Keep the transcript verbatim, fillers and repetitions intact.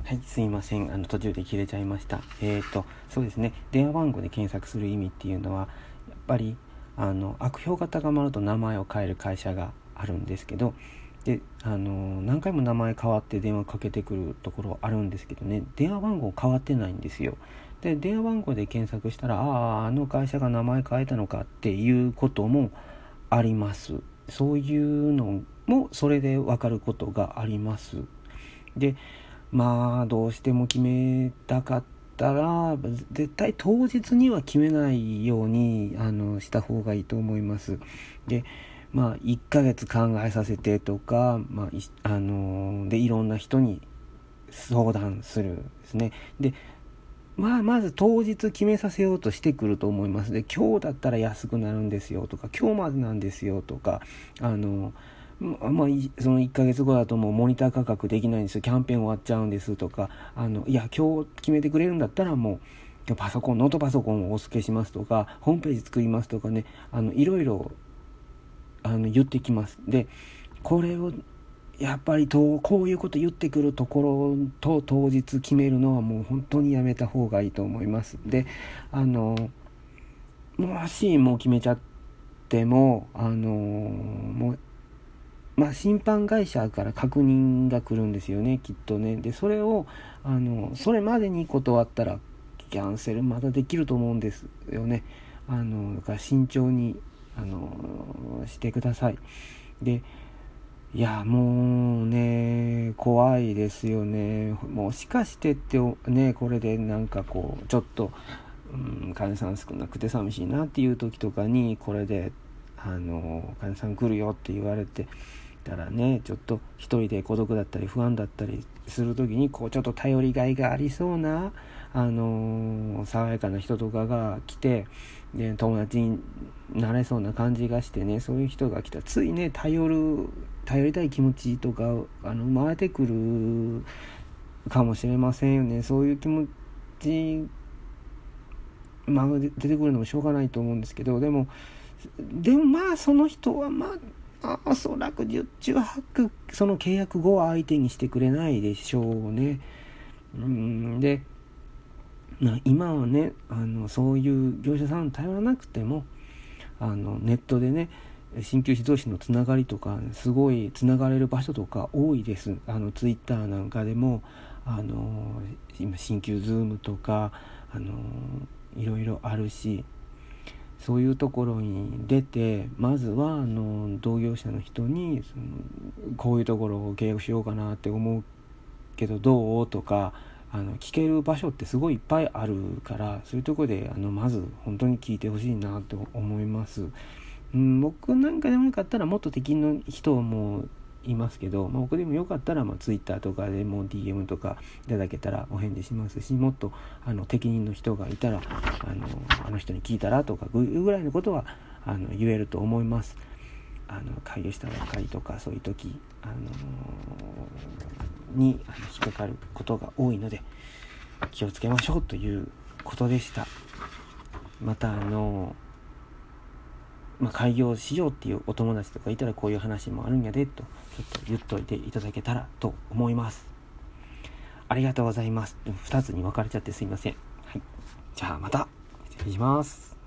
はい、すいません。あの途中で切れちゃいました。えーと、そうですね。電話番号で検索する意味っていうのは、やっぱりあの悪評が高まると名前を変える会社があるんですけど、で、あの何回も名前変わって電話かけてくるところあるんですけどね、電話番号変わってないんですよ。で、電話番号で検索したら、ああ、あの会社が名前変えたのかっていうこともあります。そういうのもそれで分かることがあります。で、まあどうしても決めたかったら絶対当日には決めないようにあのした方がいいと思います。で、まあいっかげつ考えさせてとか、まあ、あのでいろんな人に相談するですね。で、まあまず当日決めさせようとしてくると思います。で、今日だったら安くなるんですよとか、今日までなんですよとか、あのまあ、そのいっかげつごだともうモニター価格できないんですよ、キャンペーン終わっちゃうんですとか、あのいや今日決めてくれるんだったらもうパソコンノートパソコンをお付けしますとか、ホームページ作りますとかね、あのいろいろあの言ってきます。で、これをやっぱりとこういうこと言ってくるところと当日決めるのはもう本当にやめた方がいいと思います。で、あのもしもう決めちゃってもあのもうまあ、審判会社から確認が来るんですよね、きっとね。で、それをあのそれまでに断ったらキャンセルまだできると思うんですよね。あのだから慎重にあのしてください。で、いやもうね怖いですよね。もしかしてってね、これでなんかこうちょっと、うん、患者さん少なくて寂しいなっていう時とかにこれであの患者さん来るよって言われてたらね、ちょっと一人で孤独だったり不安だったりする時にこうちょっと頼りがいがありそうなあのー、爽やかな人とかが来て、で友達になれそうな感じがしてね、そういう人が来たらついね頼る頼りたい気持ちとかあの生まれてくるかもしれませんよね。そういう気持ちまあ出てくるのもしょうがないと思うんですけど、でもでもまあその人はまあおそらく十中八九その契約後は相手にしてくれないでしょうね。うんで、まあ、今はねあのそういう業者さんに頼らなくてもあのネットでね鍼灸師同士のつながりとかすごいつながれる場所とか多いです。あのツイッターなんかでもあの今鍼灸ズームとかあのいろいろあるし、そういうところに出てまずはあの同業者の人にそのこういうところを契約しようかなって思うけどどうとかあの聞ける場所ってすごいいっぱいあるから、そういうところであのまず本当に聞いてほしいなと思います。うん、僕なんかでもよかったらもっと敵の人もいますけど、まあ、僕でもよかったら、まあ、ツイッターとかでも ディーエム とかいただけたらお返事しますし、もっとあの適任の人がいたらあのあの人に聞いたらとかいうぐらいのことはあの言えると思います。あの開業したばっかりとかそういう時あのにあの引っかかることが多いので気をつけましょうということでした。またあのまあ、開業しようっていうお友達とかいたらこういう話もあるんやでとちょっと言っといていただけたらと思います。ありがとうございます。ふたつに分かれちゃってすいません。はい、じゃあまた失礼します。